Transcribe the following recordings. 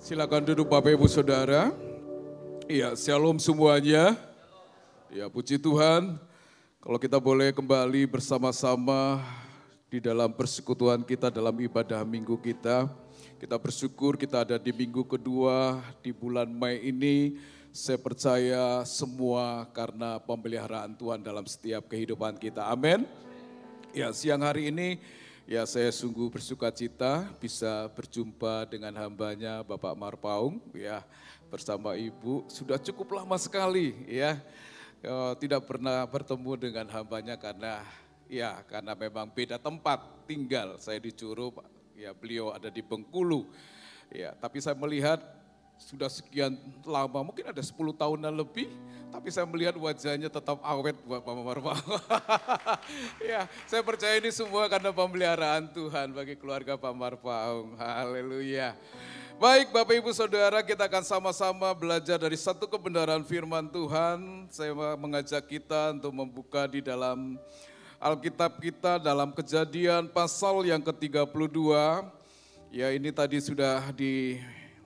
Silakan duduk Bapak Ibu Saudara. Iya, shalom semuanya. Ya, puji Tuhan. Kalau kita boleh kembali bersama-sama di dalam persekutuan kita, dalam ibadah minggu kita. Kita bersyukur kita ada di minggu kedua di bulan Mei ini. Saya percaya semua karena pemeliharaan Tuhan dalam setiap kehidupan kita. Amin. Ya, siang hari ini ya saya sungguh bersuka cita bisa berjumpa dengan hambanya Bapak Marpaung ya bersama Ibu. Sudah cukup lama sekali ya tidak pernah bertemu dengan hambanya karena memang beda tempat tinggal. Saya di Curu, ya beliau ada di Bengkulu. Ya, tapi saya melihat sudah sekian lama, mungkin ada 10 tahunan lebih, tapi saya melihat wajahnya tetap awet buat Pak Marpaung. Ya, saya percaya ini semua karena pemeliharaan Tuhan bagi keluarga Pak Marpaung. Haleluya. Baik Bapak Ibu Saudara, kita akan sama-sama belajar dari satu kebenaran firman Tuhan. Saya mengajak kita untuk membuka di dalam Alkitab kita dalam Kejadian pasal yang ke-32. Ya, ini tadi sudah di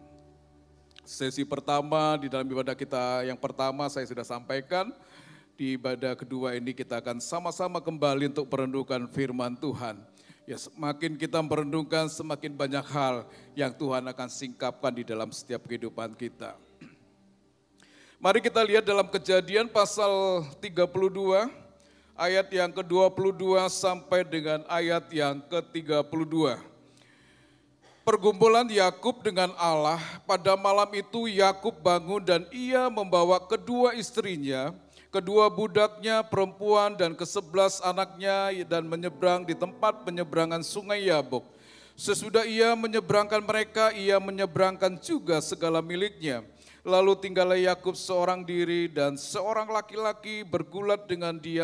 sesi pertama di dalam ibadah kita yang pertama saya sudah sampaikan. Di ibadah kedua ini kita akan sama-sama kembali untuk merenungkan firman Tuhan. Ya, semakin kita merenungkan semakin banyak hal yang Tuhan akan singkapkan di dalam setiap kehidupan kita. Mari kita lihat dalam Kejadian pasal 32 ayat yang ke-22 sampai dengan ayat yang ke-32. Pergumulan Yakub dengan Allah. Pada malam itu Yakub bangun dan ia membawa kedua istrinya, kedua budaknya perempuan dan ke-11 anaknya dan menyeberang di tempat penyeberangan sungai Yabok. Sesudah ia menyeberangkan mereka, ia menyeberangkan juga segala miliknya. Lalu tinggallah Yakub seorang diri dan seorang laki-laki bergulat dengan dia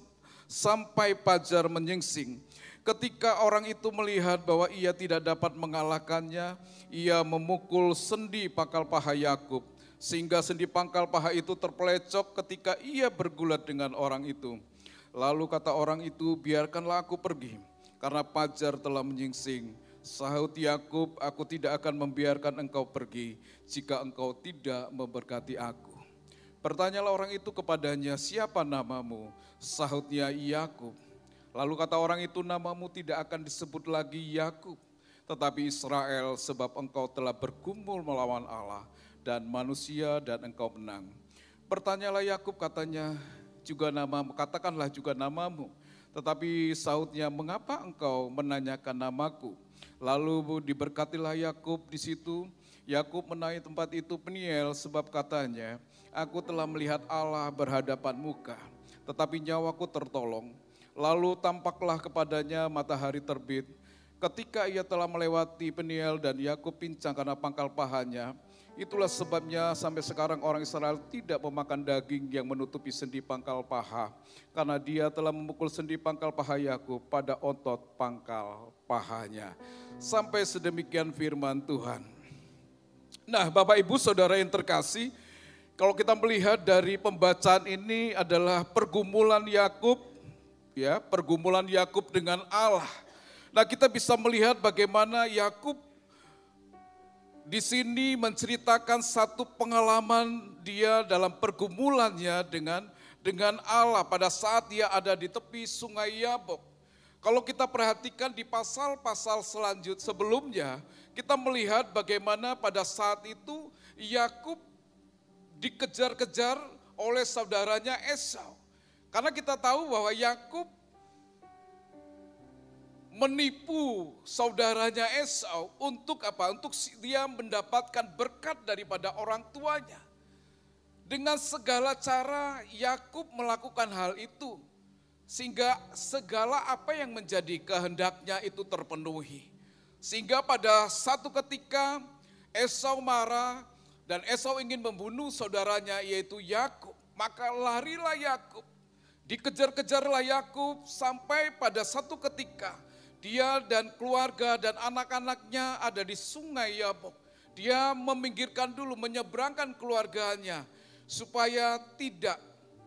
sampai fajar menyingsing. Ketika orang itu melihat bahwa ia tidak dapat mengalahkannya, ia memukul sendi pangkal paha Yakub, sehingga sendi pangkal paha itu terpelecok ketika ia bergulat dengan orang itu. Lalu kata orang itu, biarkanlah aku pergi, karena fajar telah menyingsing. Sahut Yakub, aku tidak akan membiarkan engkau pergi, jika engkau tidak memberkati aku. Bertanyalah orang itu kepadanya, siapa namamu? Sahutnya Yakub. Lalu kata orang itu, namamu tidak akan disebut lagi Yakub, tetapi Israel, sebab engkau telah bergumul melawan Allah dan manusia dan engkau menang. Bertanyalah Yakub, katanya, juga namamu, katakanlah juga namamu. Tetapi sahutnya, mengapa engkau menanyakan namaku? Lalu diberkatilah Yakub di situ. Yakub menamai tempat itu Peniel, sebab katanya, aku telah melihat Allah berhadapan muka, tetapi nyawaku tertolong. Lalu tampaklah kepadanya matahari terbit. Ketika ia telah melewati Peniel dan Yakub pincang karena pangkal pahanya. Itulah sebabnya sampai sekarang orang Israel tidak memakan daging yang menutupi sendi pangkal paha. Karena dia telah memukul sendi pangkal paha Yakub pada otot pangkal pahanya. Sampai sedemikian firman Tuhan. Nah Bapak Ibu Saudara yang terkasih, kalau kita melihat dari pembacaan ini adalah pergumulan Yakub. Ya, pergumulan Yakub dengan Allah. Nah, kita bisa melihat bagaimana Yakub di sini menceritakan satu pengalaman dia dalam pergumulannya dengan Allah pada saat dia ada di tepi sungai Yabok. Kalau kita perhatikan di pasal-pasal selanjutnya sebelumnya, kita melihat bagaimana pada saat itu Yakub dikejar-kejar oleh saudaranya Esau. Karena kita tahu bahwa Yakub menipu saudaranya Esau untuk apa? Untuk dia mendapatkan berkat daripada orang tuanya. Dengan segala cara Yakub melakukan hal itu. Sehingga segala apa yang menjadi kehendaknya itu terpenuhi. Sehingga pada satu ketika Esau marah dan Esau ingin membunuh saudaranya yaitu Yakub. Maka larilah Yakub. Dikejar-kejarlah Yakub sampai pada satu ketika dia dan keluarga dan anak-anaknya ada di sungai Yabok. Dia meminggirkan dulu, menyeberangkan keluarganya supaya tidak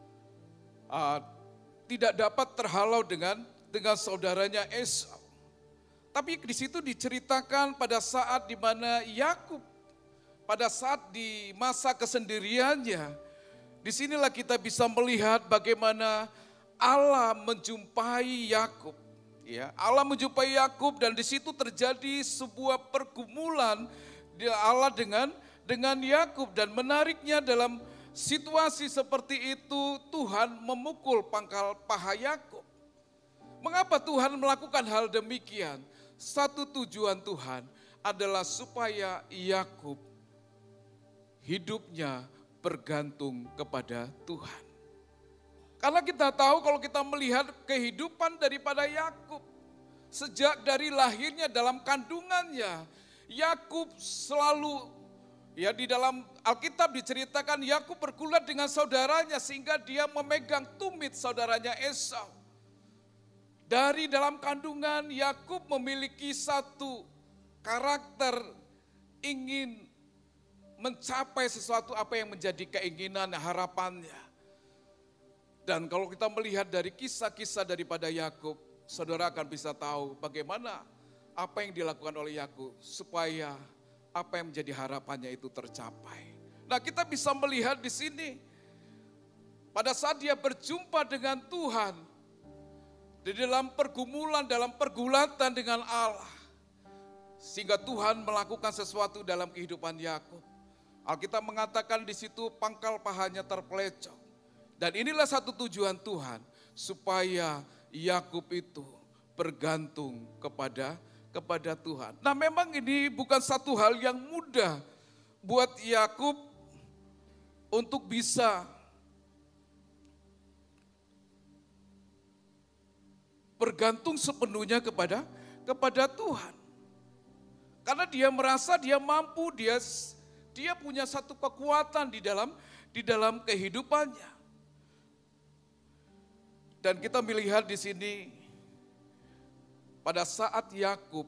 dapat terhalau dengan saudaranya Esau. Tapi di situ diceritakan pada saat di mana Yakub pada saat di masa kesendiriannya, disinilah kita bisa melihat bagaimana Allah menjumpai Yakub. Ya, Allah menjumpai Yakub dan di situ terjadi sebuah pergumulan Allah dengan Yakub, dan menariknya dalam situasi seperti itu Tuhan memukul pangkal paha Yakub. Mengapa Tuhan melakukan hal demikian? Satu tujuan Tuhan adalah supaya Yakub hidupnya bergantung kepada Tuhan. Karena kita tahu kalau kita melihat kehidupan daripada Yakub, sejak dari lahirnya dalam kandungannya, Yakub selalu, ya di dalam Alkitab diceritakan Yakub bergulat dengan saudaranya sehingga dia memegang tumit saudaranya Esau. Dari dalam kandungan Yakub memiliki satu karakter ingin mencapai sesuatu apa yang menjadi keinginan, harapannya. Dan kalau kita melihat dari kisah-kisah daripada Yakub, saudara akan bisa tahu bagaimana apa yang dilakukan oleh Yakub supaya apa yang menjadi harapannya itu tercapai. Nah, kita bisa melihat di sini pada saat dia berjumpa dengan Tuhan di dalam pergumulan, dalam pergulatan dengan Allah, sehingga Tuhan melakukan sesuatu dalam kehidupan Yakub. Alkitab mengatakan di situ pangkal pahanya terpelecok. Dan inilah satu tujuan Tuhan, supaya Yakub itu bergantung kepada Tuhan. Nah, memang ini bukan satu hal yang mudah buat Yakub untuk bisa bergantung sepenuhnya kepada Tuhan. Karena dia merasa dia mampu, dia punya satu kekuatan di dalam kehidupannya. Dan kita melihat di sini pada saat Yakub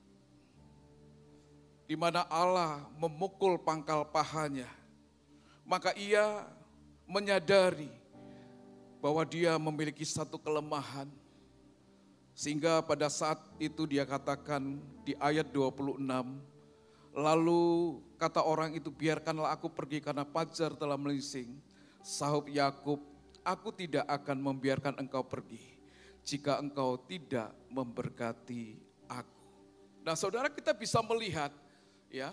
di mana Allah memukul pangkal pahanya, maka ia menyadari bahwa dia memiliki satu kelemahan. Sehingga pada saat itu dia katakan di ayat 26, lalu kata orang itu, biarkanlah aku pergi karena fajar telah melingsing. Sahut Yakub, aku tidak akan membiarkan engkau pergi jika engkau tidak memberkati aku. Nah, saudara, kita bisa melihat ya,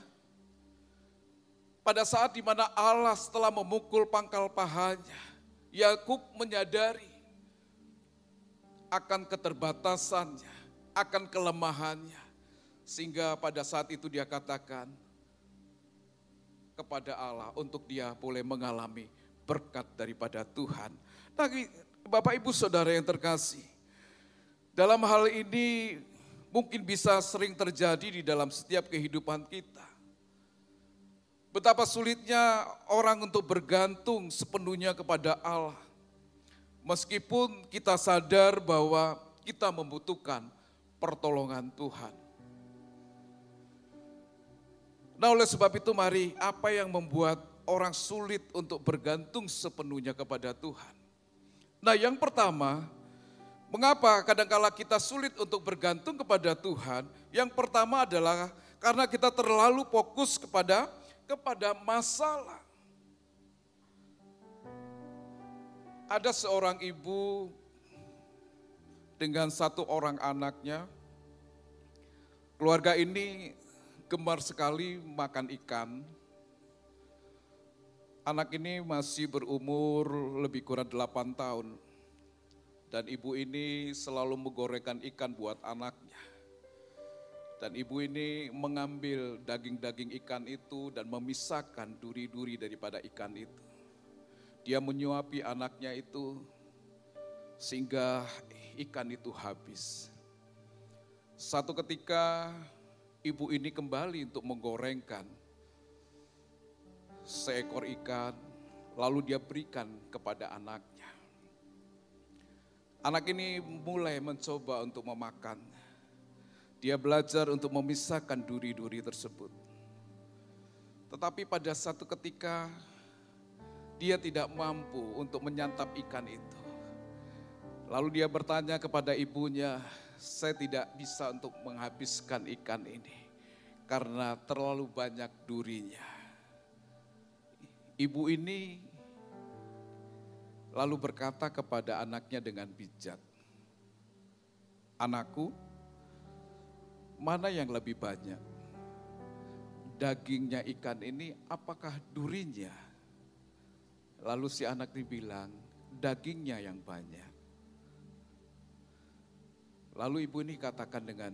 pada saat di mana Allah setelah memukul pangkal pahanya, Yakub menyadari akan keterbatasannya, akan kelemahannya, sehingga pada saat itu dia katakan kepada Allah untuk dia boleh mengalami berkat daripada Tuhan. Nah, Bapak Ibu Saudara yang terkasih, dalam hal ini mungkin bisa sering terjadi di dalam setiap kehidupan kita. Betapa sulitnya orang untuk bergantung sepenuhnya kepada Allah. Meskipun kita sadar bahwa kita membutuhkan pertolongan Tuhan. Nah, oleh sebab itu mari, apa yang membuat orang sulit untuk bergantung sepenuhnya kepada Tuhan? Nah, yang pertama, mengapa kadangkala kita sulit untuk bergantung kepada Tuhan? Yang pertama adalah karena kita terlalu fokus kepada masalah. Ada seorang ibu dengan satu orang anaknya. Keluarga ini gemar sekali makan ikan. Anak ini masih berumur lebih kurang 8 tahun. Dan ibu ini selalu menggorengkan ikan buat anaknya. Dan ibu ini mengambil daging-daging ikan itu dan memisahkan duri-duri daripada ikan itu. Dia menyuapi anaknya itu sehingga ikan itu habis. Satu ketika ibu ini kembali untuk menggorengkan seekor ikan, lalu dia berikan kepada anaknya. Anak ini mulai mencoba untuk memakan. Dia belajar untuk memisahkan duri-duri tersebut. Tetapi pada satu ketika dia tidak mampu untuk menyantap ikan itu. Lalu dia bertanya kepada ibunya, saya tidak bisa untuk menghabiskan ikan ini karena terlalu banyak durinya. Ibu ini lalu berkata kepada anaknya dengan bijak, "Anakku, mana yang lebih banyak? Dagingnya ikan ini apakah durinya?" Lalu si anak dibilang, "Dagingnya yang banyak." Lalu ibu ini katakan dengan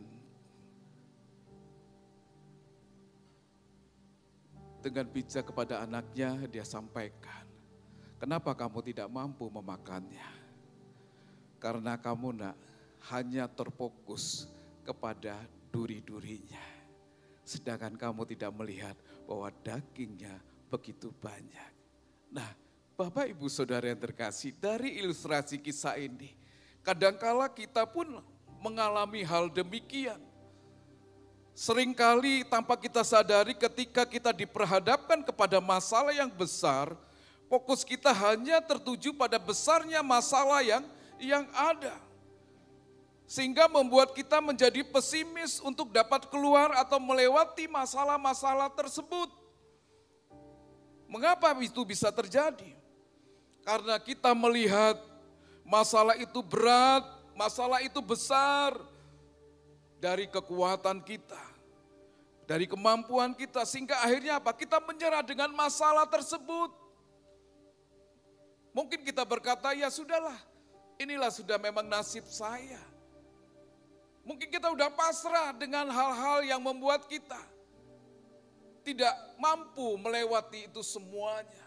bijak kepada anaknya, dia sampaikan, "Kenapa kamu tidak mampu memakannya? Karena kamu hanya terfokus kepada duri-durinya. Sedangkan kamu tidak melihat bahwa dagingnya begitu banyak." Nah, Bapak Ibu Saudara yang terkasih, dari ilustrasi kisah ini, kadangkala kita pun mengalami hal demikian. Seringkali tanpa kita sadari ketika kita diperhadapkan kepada masalah yang besar, fokus kita hanya tertuju pada besarnya masalah yang ada. Sehingga membuat kita menjadi pesimis untuk dapat keluar atau melewati masalah-masalah tersebut. Mengapa itu bisa terjadi? Karena kita melihat masalah itu berat, masalah itu besar, dari kekuatan kita, dari kemampuan kita, sehingga akhirnya apa? Kita menyerah dengan masalah tersebut. Mungkin kita berkata, ya sudahlah, inilah sudah memang nasib saya. Mungkin kita udah pasrah dengan hal-hal yang membuat kita tidak mampu melewati itu semuanya.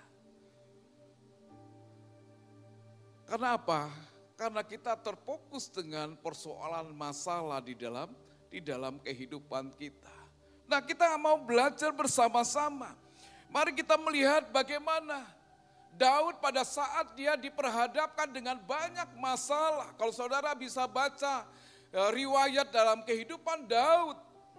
Karena apa? Karena kita terfokus dengan persoalan masalah di dalam kehidupan kita. Nah, kita mau belajar bersama-sama. Mari kita melihat bagaimana Daud pada saat dia diperhadapkan dengan banyak masalah. Kalau saudara bisa baca riwayat dalam kehidupan Daud.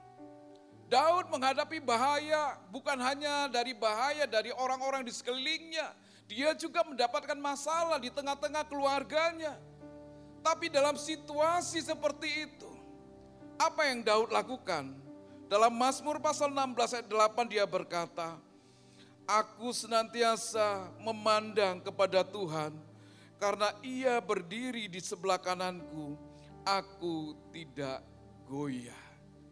Daud menghadapi bahaya, bukan hanya dari bahaya dari orang-orang di sekelilingnya. Dia juga mendapatkan masalah di tengah-tengah keluarganya. Tapi dalam situasi seperti itu, apa yang Daud lakukan? Dalam Mazmur pasal 16 ayat 8 dia berkata, "Aku senantiasa memandang kepada Tuhan, karena Ia berdiri di sebelah kananku, aku tidak goyah."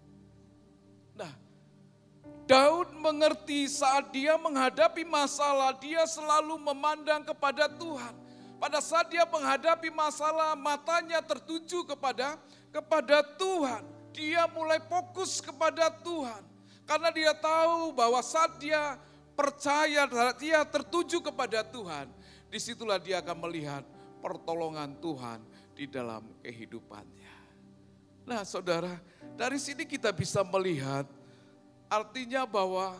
Nah, Daud mengerti saat dia menghadapi masalah, dia selalu memandang kepada Tuhan. Pada saat dia menghadapi masalah, matanya tertuju kepada Tuhan. Dia mulai fokus kepada Tuhan. Karena dia tahu bahwa saat dia percaya, dia tertuju kepada Tuhan, disitulah dia akan melihat pertolongan Tuhan di dalam kehidupannya. Nah saudara, dari sini kita bisa melihat artinya bahwa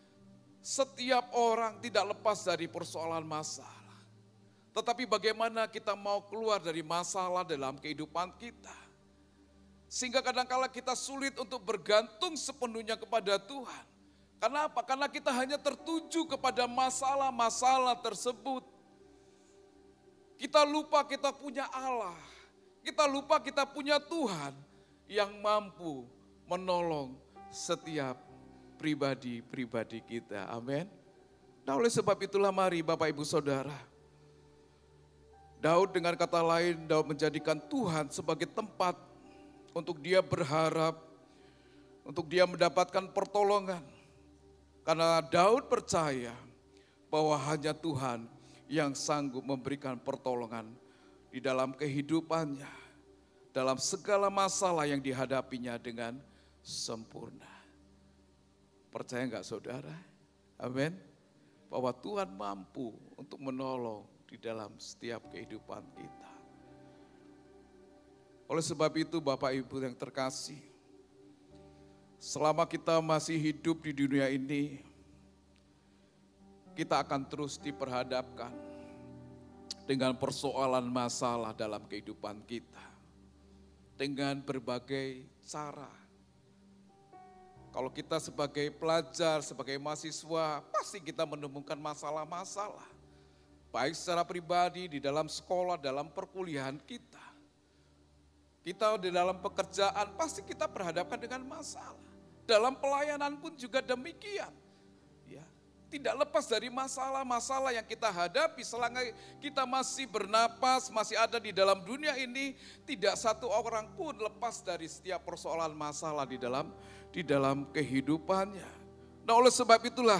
setiap orang tidak lepas dari persoalan masalah. Tetapi bagaimana kita mau keluar dari masalah dalam kehidupan kita. Sehingga kadang-kala kita sulit untuk bergantung sepenuhnya kepada Tuhan. Karena apa? Karena kita hanya tertuju kepada masalah-masalah tersebut. Kita lupa kita punya Allah. Kita lupa kita punya Tuhan yang mampu menolong setiap pribadi-pribadi kita. Amin. Nah oleh sebab itulah mari Bapak Ibu Saudara, Daud dengan kata lain, Daud menjadikan Tuhan sebagai tempat untuk dia berharap, untuk dia mendapatkan pertolongan. Karena Daud percaya bahwa hanya Tuhan yang sanggup memberikan pertolongan di dalam kehidupannya, dalam segala masalah yang dihadapinya dengan sempurna. Percaya enggak saudara? Amin. Bahwa Tuhan mampu untuk menolong di dalam setiap kehidupan kita. Oleh sebab itu Bapak Ibu yang terkasih, selama kita masih hidup di dunia ini, kita akan terus diperhadapkan dengan persoalan masalah dalam kehidupan kita. Dengan berbagai cara. Kalau kita sebagai pelajar, sebagai mahasiswa, pasti kita menemukan masalah-masalah. Baik secara pribadi, di dalam sekolah, dalam perkuliahan kita. Kita di dalam pekerjaan, pasti kita berhadapan dengan masalah. Dalam pelayanan pun juga demikian. Ya, Tidak lepas dari masalah-masalah yang kita hadapi selama kita masih bernapas, masih ada di dalam dunia ini, tidak satu orang pun lepas dari setiap persoalan masalah di dalam kehidupannya. Nah, oleh sebab itulah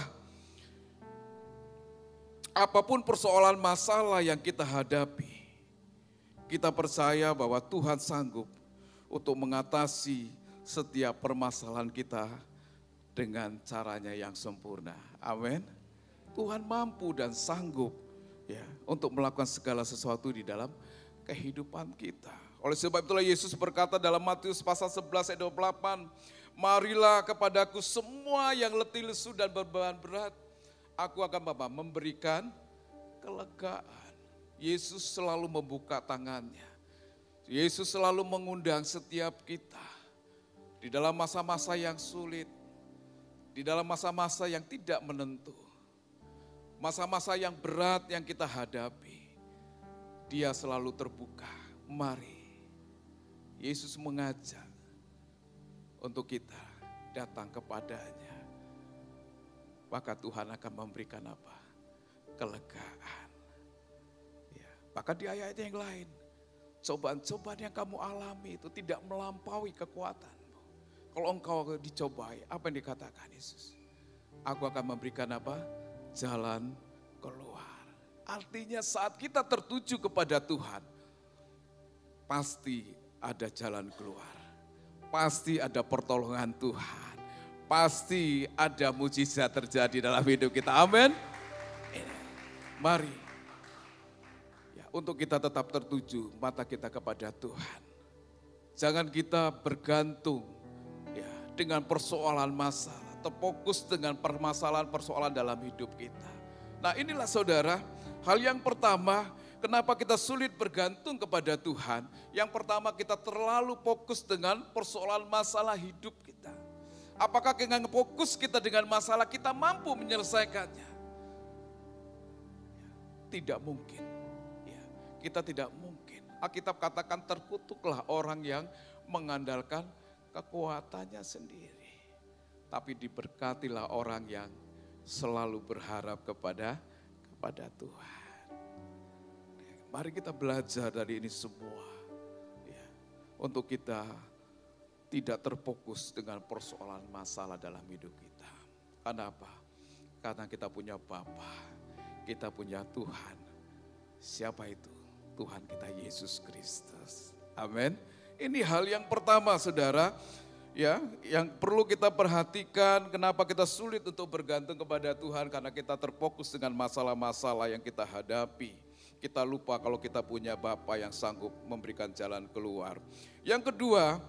apapun persoalan masalah yang kita hadapi, kita percaya bahwa Tuhan sanggup untuk mengatasi setiap permasalahan kita dengan caranya yang sempurna. Amin. Tuhan mampu dan sanggup ya untuk melakukan segala sesuatu di dalam kehidupan kita. Oleh sebab itulah Yesus berkata dalam Matius pasal 11 ayat 28, "Marilah kepadaku semua yang letih lesu dan berbeban berat, aku akan memberikan kelegaan." Yesus selalu membuka tangannya. Yesus selalu mengundang setiap kita di dalam masa-masa yang sulit, di dalam masa-masa yang tidak menentu, masa-masa yang berat yang kita hadapi, Dia selalu terbuka. Mari, Yesus mengajak untuk kita datang kepadanya. Maka Tuhan akan memberikan apa? Kelegaan. Ya, bahkan di ayat yang lain, cobaan-cobaan yang kamu alami itu tidak melampaui kekuatan. Kalau engkau dicobai, apa yang dikatakan Yesus? Aku akan memberikan apa? Jalan keluar. Artinya saat kita tertuju kepada Tuhan, pasti ada jalan keluar. Pasti ada pertolongan Tuhan. Pasti ada mujizat terjadi dalam hidup kita. Amin. Mari. Ya, untuk kita tetap tertuju mata kita kepada Tuhan. Jangan kita bergantung dengan persoalan masalah, terfokus dengan permasalahan-persoalan dalam hidup kita. Nah, inilah saudara, hal yang pertama, kenapa kita sulit bergantung kepada Tuhan. Yang pertama, kita terlalu fokus dengan persoalan masalah hidup kita. Apakah dengan fokus kita dengan masalah kita mampu menyelesaikannya? Tidak mungkin. Ya, kita tidak mungkin. Alkitab katakan terkutuklah orang yang mengandalkan kekuatannya sendiri. Tapi diberkatilah orang yang selalu berharap kepada Tuhan. Mari kita belajar dari ini semua. Ya, untuk kita tidak terfokus dengan persoalan masalah dalam hidup kita. Karena apa? Karena kita punya Bapa, kita punya Tuhan. Siapa itu? Tuhan kita Yesus Kristus. Amin. Ini hal yang pertama saudara, ya, yang perlu kita perhatikan kenapa kita sulit untuk bergantung kepada Tuhan karena kita terfokus dengan masalah-masalah yang kita hadapi. Kita lupa kalau kita punya Bapa yang sanggup memberikan jalan keluar. Yang kedua,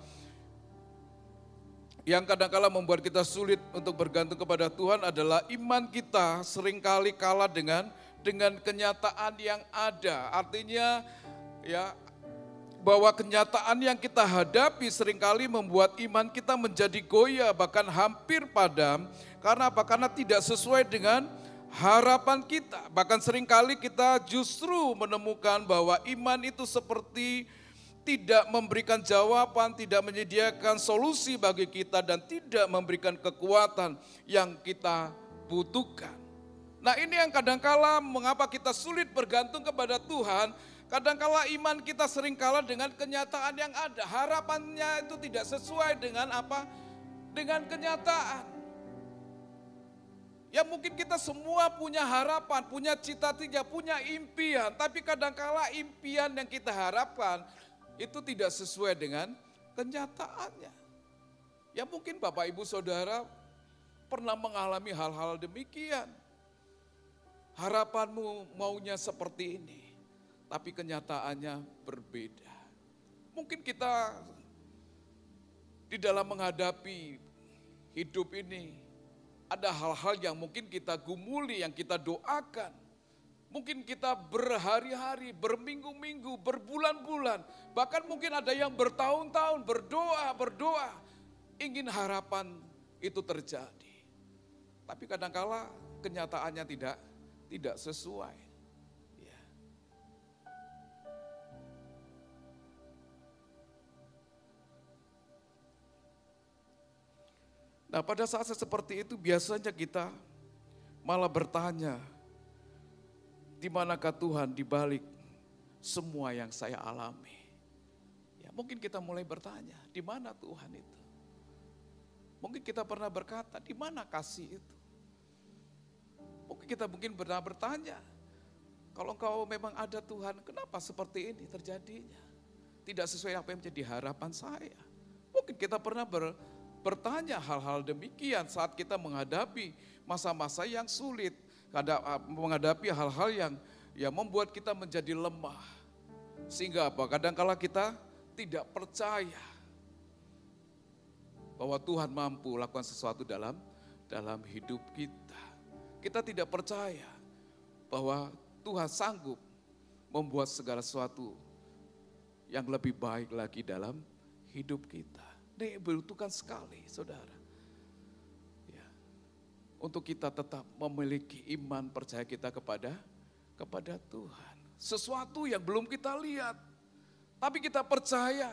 yang kadang-kala membuat kita sulit untuk bergantung kepada Tuhan adalah iman kita seringkali kalah dengan kenyataan yang ada. Artinya ya, bahwa kenyataan yang kita hadapi seringkali membuat iman kita menjadi goyah, bahkan hampir padam. Karena apa? Karena tidak sesuai dengan harapan kita. Bahkan seringkali kita justru menemukan bahwa iman itu seperti tidak memberikan jawaban, tidak menyediakan solusi bagi kita, dan tidak memberikan kekuatan yang kita butuhkan. Nah, ini yang kadangkala mengapa kita sulit bergantung kepada Tuhan. Kadangkala iman kita sering kalah dengan kenyataan yang ada. Harapannya itu tidak sesuai dengan apa? Dengan kenyataan. Ya mungkin kita semua punya harapan, punya cita-cita, punya impian. Tapi kadangkala impian yang kita harapkan itu tidak sesuai dengan kenyataannya. Ya mungkin Bapak Ibu Saudara pernah mengalami hal-hal demikian. Harapanmu maunya seperti ini, tapi kenyataannya berbeda. Mungkin kita di dalam menghadapi hidup ini ada hal-hal yang mungkin kita gumuli, yang kita doakan. Mungkin kita berhari-hari, berminggu-minggu, berbulan-bulan. Bahkan mungkin ada yang bertahun-tahun berdoa, ingin harapan itu terjadi. Tapi kadangkala kenyataannya tidak sesuai. Ya. Nah, pada saat seperti itu biasanya kita malah bertanya, di manakah Tuhan di balik semua yang saya alami? Ya, mungkin kita mulai bertanya, di mana Tuhan itu? Mungkin kita pernah berkata, di mana kasih itu? Mungkin kita pernah bertanya, kalau engkau memang ada Tuhan, kenapa seperti ini terjadinya? Tidak sesuai apa yang menjadi harapan saya. Mungkin kita pernah bertanya hal-hal demikian saat kita menghadapi masa-masa yang sulit, menghadapi hal-hal yang membuat kita menjadi lemah. Sehingga apa? Kadangkala kita tidak percaya bahwa Tuhan mampu lakukan sesuatu dalam hidup kita. Kita tidak percaya bahwa Tuhan sanggup membuat segala sesuatu yang lebih baik lagi dalam hidup kita. Ini membutuhkan sekali, saudara. Ya. Untuk kita tetap memiliki iman percaya kita kepada Tuhan. Sesuatu yang belum kita lihat, tapi kita percaya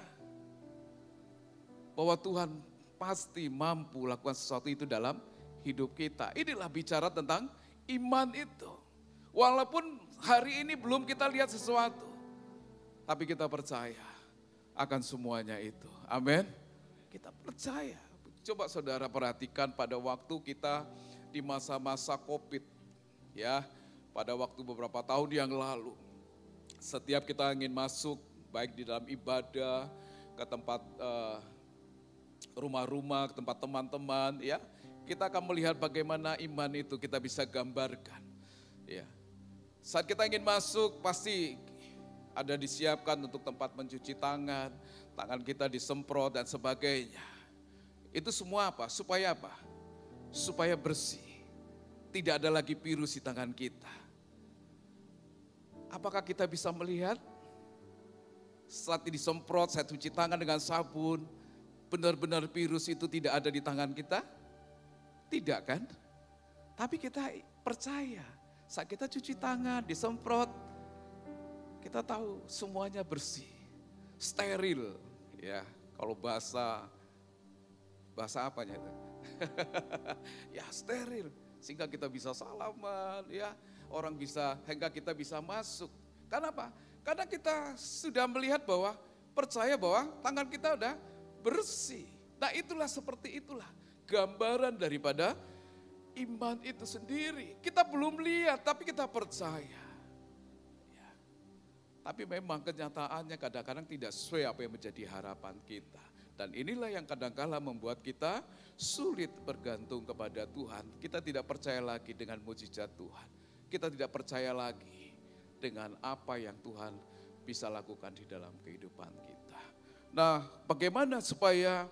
bahwa Tuhan pasti mampu lakukan sesuatu itu dalam hidup kita. Inilah bicara tentang iman itu. Walaupun hari ini belum kita lihat sesuatu, tapi kita percaya akan semuanya itu. Amin. Kita percaya. Coba saudara perhatikan pada waktu kita di masa-masa COVID, ya, pada waktu beberapa tahun yang lalu. Setiap kita ingin masuk, baik di dalam ibadah, ke tempat rumah-rumah, ke tempat teman-teman, ya, kita akan melihat bagaimana iman itu kita bisa gambarkan. Ya. Saat kita ingin masuk, pasti ada disiapkan untuk tempat mencuci tangan kita disemprot dan sebagainya. Itu semua apa? Supaya apa? Supaya bersih. Tidak ada lagi virus di tangan kita. Apakah kita bisa melihat saat disemprot, saya cuci tangan dengan sabun, benar-benar virus itu tidak ada di tangan kita? Tidak kan? Tapi kita percaya saat kita cuci tangan, disemprot, kita tahu semuanya bersih, steril, ya. Kalau bahasa apanya itu? Ya steril, sehingga kita bisa salaman, ya. Orang bisa, hingga kita bisa masuk. Karena apa? Karena kita sudah melihat bahwa, percaya bahwa tangan kita udah bersih. Nah itulah seperti itulah gambaran daripada iman itu sendiri. Kita belum lihat tapi kita percaya. Ya. Tapi memang kenyataannya kadang-kadang tidak sesuai apa yang menjadi harapan kita. Dan inilah yang kadang-kala membuat kita sulit bergantung kepada Tuhan. Kita tidak percaya lagi dengan mujizat Tuhan. Kita tidak percaya lagi dengan apa yang Tuhan bisa lakukan di dalam kehidupan kita. Nah, bagaimana supaya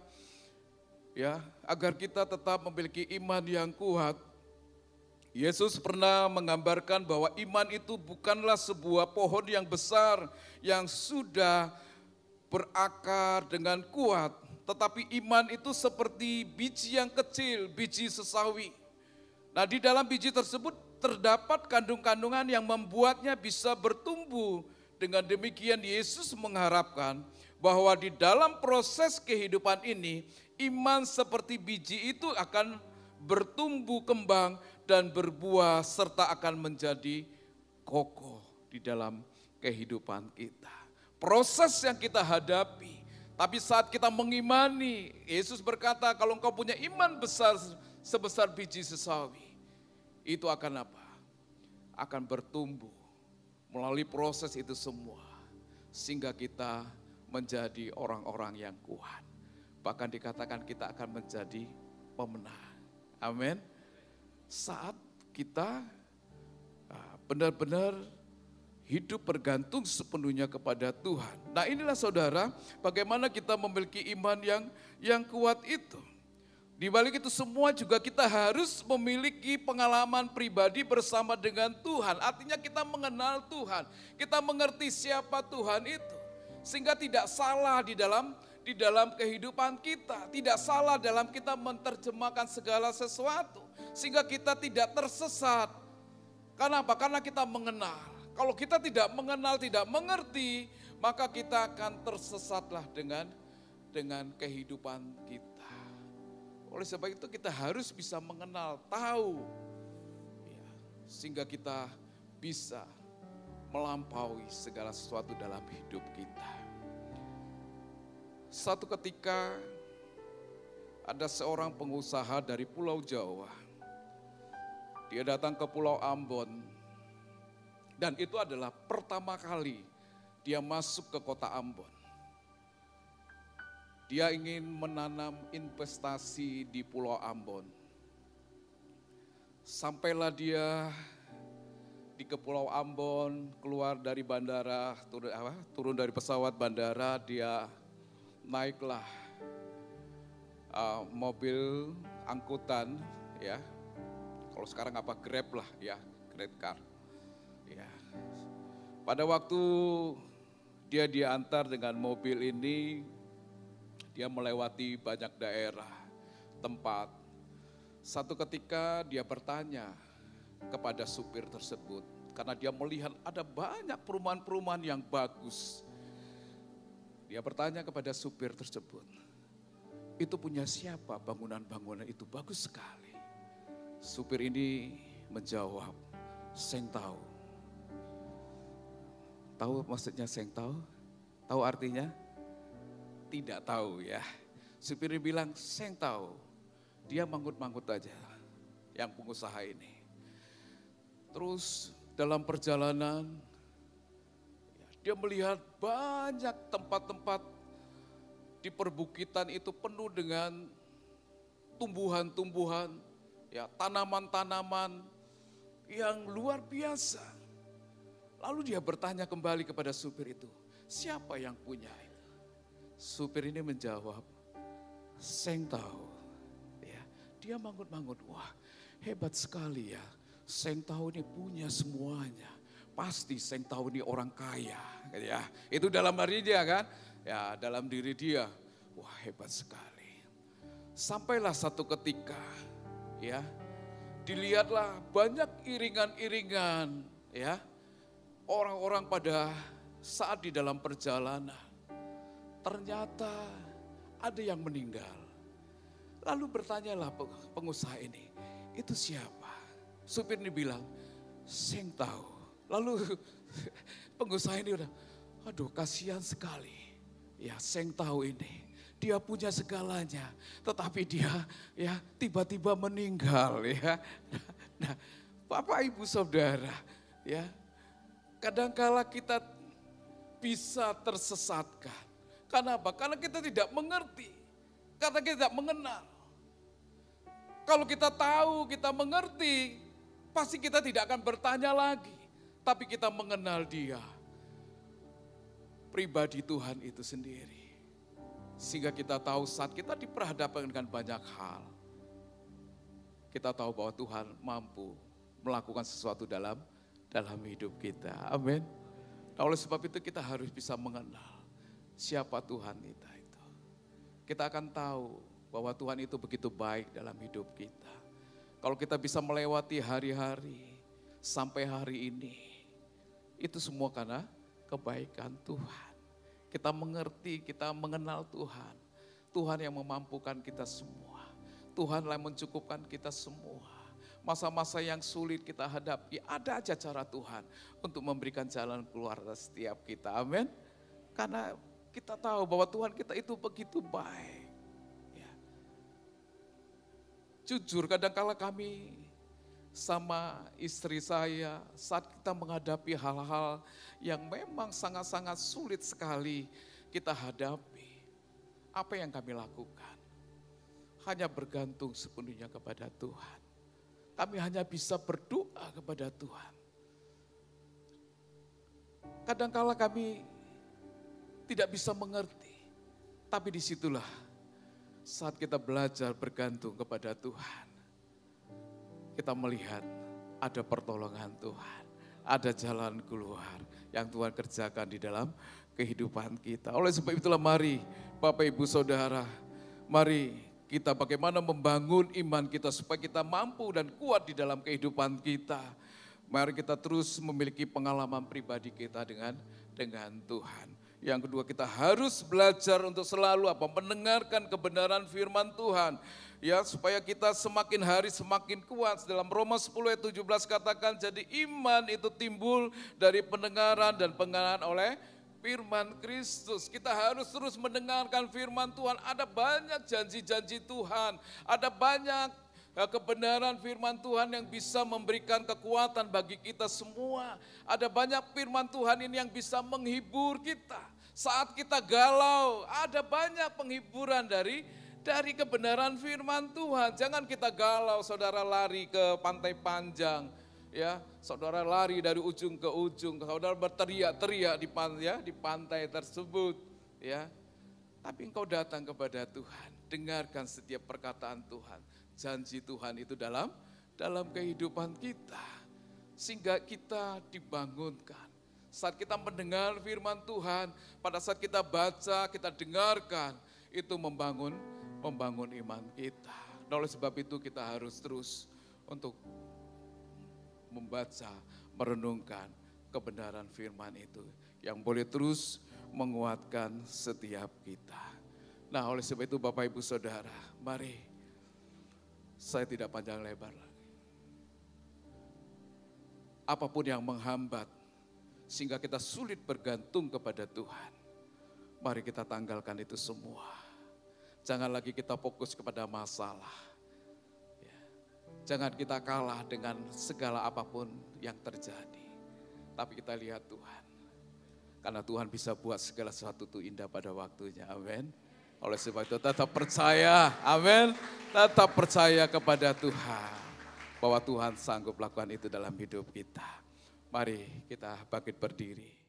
agar kita tetap memiliki iman yang kuat? Yesus pernah menggambarkan bahwa iman itu bukanlah sebuah pohon yang besar yang sudah berakar dengan kuat, tetapi iman itu seperti biji yang kecil, biji sesawi. Nah, di dalam biji tersebut terdapat kandung-kandungan yang membuatnya bisa bertumbuh. Dengan demikian Yesus mengharapkan bahwa di dalam proses kehidupan ini, iman seperti biji itu akan bertumbuh kembang dan berbuah serta akan menjadi kokoh di dalam kehidupan kita. Proses yang kita hadapi, tapi saat kita mengimani, Yesus berkata kalau engkau punya iman besar sebesar biji sesawi, itu akan apa? Akan bertumbuh melalui proses itu semua. Sehingga kita menjadi orang-orang yang kuat. Bahkan dikatakan kita akan menjadi pemenang. Amin. Saat kita benar-benar hidup bergantung sepenuhnya kepada Tuhan. Nah inilah saudara, bagaimana kita memiliki iman yang kuat itu. Di balik itu semua juga kita harus memiliki pengalaman pribadi bersama dengan Tuhan. Artinya kita mengenal Tuhan, kita mengerti siapa Tuhan itu. Sehingga tidak salah di dalam kehidupan kita, tidak salah dalam kita menerjemahkan segala sesuatu. Sehingga kita tidak tersesat. Karena apa? Karena kita mengenal. Kalau kita tidak mengenal, tidak mengerti, maka kita akan tersesatlah dengan kehidupan kita. Oleh sebab itu kita harus bisa mengenal, tahu sehingga kita bisa melampaui segala sesuatu dalam hidup kita. Satu ketika ada seorang pengusaha dari Pulau Jawa. Dia datang ke Pulau Ambon dan itu adalah pertama kali dia masuk ke kota Ambon. Dia ingin menanam investasi di Pulau Ambon. Sampailah dia di Pulau Ambon, keluar dari bandara, turun dari pesawat bandara, dia naiklah mobil angkutan, ya. Kalau sekarang apa, Grab lah, ya, Grab car. Ya. Pada waktu dia diantar dengan mobil ini, dia melewati banyak daerah, tempat. Satu ketika dia bertanya kepada supir tersebut, karena dia melihat ada banyak perumahan-perumahan yang bagus. Dia bertanya kepada supir tersebut, itu punya siapa bangunan-bangunan itu, bagus sekali. Supir ini menjawab, "Seng tahu." Tahu maksudnya seng tahu? Tahu artinya? Tidak tahu ya. Supir ini bilang, "Seng tahu." Dia manggut-manggut aja, yang pengusaha ini. Terus dalam perjalanan, dia melihat banyak tempat-tempat di perbukitan itu penuh dengan tumbuhan-tumbuhan, ya, tanaman-tanaman yang luar biasa. Lalu dia bertanya kembali kepada supir itu, "Siapa yang punya itu?" Supir ini menjawab, "Seng tahu." Ya, dia manggut-manggut, wah hebat sekali ya, Seng tahu ini punya semuanya. Pasti Seng tahu ini orang kaya, ya. Itu dalam diri dia kan, ya dalam diri dia, wah hebat sekali. Sampailah satu ketika, ya, dilihatlah banyak iringan-iringan, ya, orang-orang pada saat di dalam perjalanan. Ternyata ada yang meninggal. Lalu bertanyalah pengusaha ini, "Itu siapa?" Supir ini bilang, "Seng tahu." Lalu pengusaha ini udah, aduh kasihan sekali. Ya Seng tahu ini, dia punya segalanya. Tetapi dia ya tiba-tiba meninggal ya. Nah Bapak Ibu Saudara ya, kadangkala kita bisa tersesatkan. Karena apa? Karena kita tidak mengerti. Karena kita tidak mengenal. Kalau kita tahu, kita mengerti, pasti kita tidak akan bertanya lagi. Tapi kita mengenal Dia, pribadi Tuhan itu sendiri. Sehingga kita tahu saat kita diperhadapkan dengan banyak hal, kita tahu bahwa Tuhan mampu melakukan sesuatu dalam hidup kita. Amin. Nah, oleh sebab itu kita harus bisa mengenal siapa Tuhan kita itu. Kita akan tahu bahwa Tuhan itu begitu baik dalam hidup kita. Kalau kita bisa melewati hari-hari sampai hari ini, itu semua karena kebaikan Tuhan. Kita mengerti, kita mengenal Tuhan. Tuhan yang memampukan kita semua. Tuhan yang mencukupkan kita semua. Masa-masa yang sulit kita hadapi, ada aja cara Tuhan untuk memberikan jalan keluar setiap kita. Amin. Karena kita tahu bahwa Tuhan kita itu begitu baik. Ya. Jujur kadang-kala kami sama istri saya saat kita menghadapi hal-hal yang memang sangat-sangat sulit sekali kita hadapi. Apa yang kami lakukan? Hanya bergantung sepenuhnya kepada Tuhan. Kami hanya bisa berdoa kepada Tuhan. Kadangkala kami tidak bisa mengerti, tapi disitulah saat kita belajar bergantung kepada Tuhan. Kita melihat ada pertolongan Tuhan, ada jalan keluar yang Tuhan kerjakan di dalam kehidupan kita. Oleh sebab itulah mari Bapak Ibu Saudara, mari kita bagaimana membangun iman kita supaya kita mampu dan kuat di dalam kehidupan kita. Mari kita terus memiliki pengalaman pribadi kita dengan Tuhan. Yang kedua kita harus belajar untuk selalu mendengarkan kebenaran firman Tuhan. ya supaya kita semakin hari semakin kuat. Dalam Roma 10 ayat 17 katakan, jadi iman itu timbul dari pendengaran dan pengenalan oleh firman Kristus. Kita harus terus mendengarkan firman Tuhan. Ada banyak janji-janji Tuhan, ada banyak kebenaran firman Tuhan yang bisa memberikan kekuatan bagi kita semua. Ada banyak firman Tuhan ini yang bisa menghibur kita. Saat kita galau, ada banyak penghiburan dari kebenaran firman Tuhan. Jangan kita galau, saudara lari ke pantai panjang, ya, saudara lari dari ujung ke ujung, saudara berteriak-teriak di pantai tersebut, ya. Tapi engkau datang kepada Tuhan, dengarkan setiap perkataan Tuhan, janji Tuhan itu dalam kehidupan kita, sehingga kita dibangunkan. Saat kita mendengar firman Tuhan, pada saat kita baca, kita dengarkan, itu membangun iman kita. Nah, oleh sebab itu kita harus terus untuk membaca, merenungkan kebenaran firman itu yang boleh terus menguatkan setiap kita. Nah, oleh sebab itu Bapak Ibu Saudara, mari saya tidak panjang lebar lagi. Apapun yang menghambat sehingga kita sulit bergantung kepada Tuhan, mari kita tanggalkan itu semua. Jangan lagi kita fokus kepada masalah. Jangan kita kalah dengan segala apapun yang terjadi. Tapi kita lihat Tuhan. Karena Tuhan bisa buat segala sesuatu itu indah pada waktunya. Amin. Oleh sebab itu tetap percaya. Amin. Tetap percaya kepada Tuhan. Bahwa Tuhan sanggup lakukan itu dalam hidup kita. Mari kita bangkit berdiri.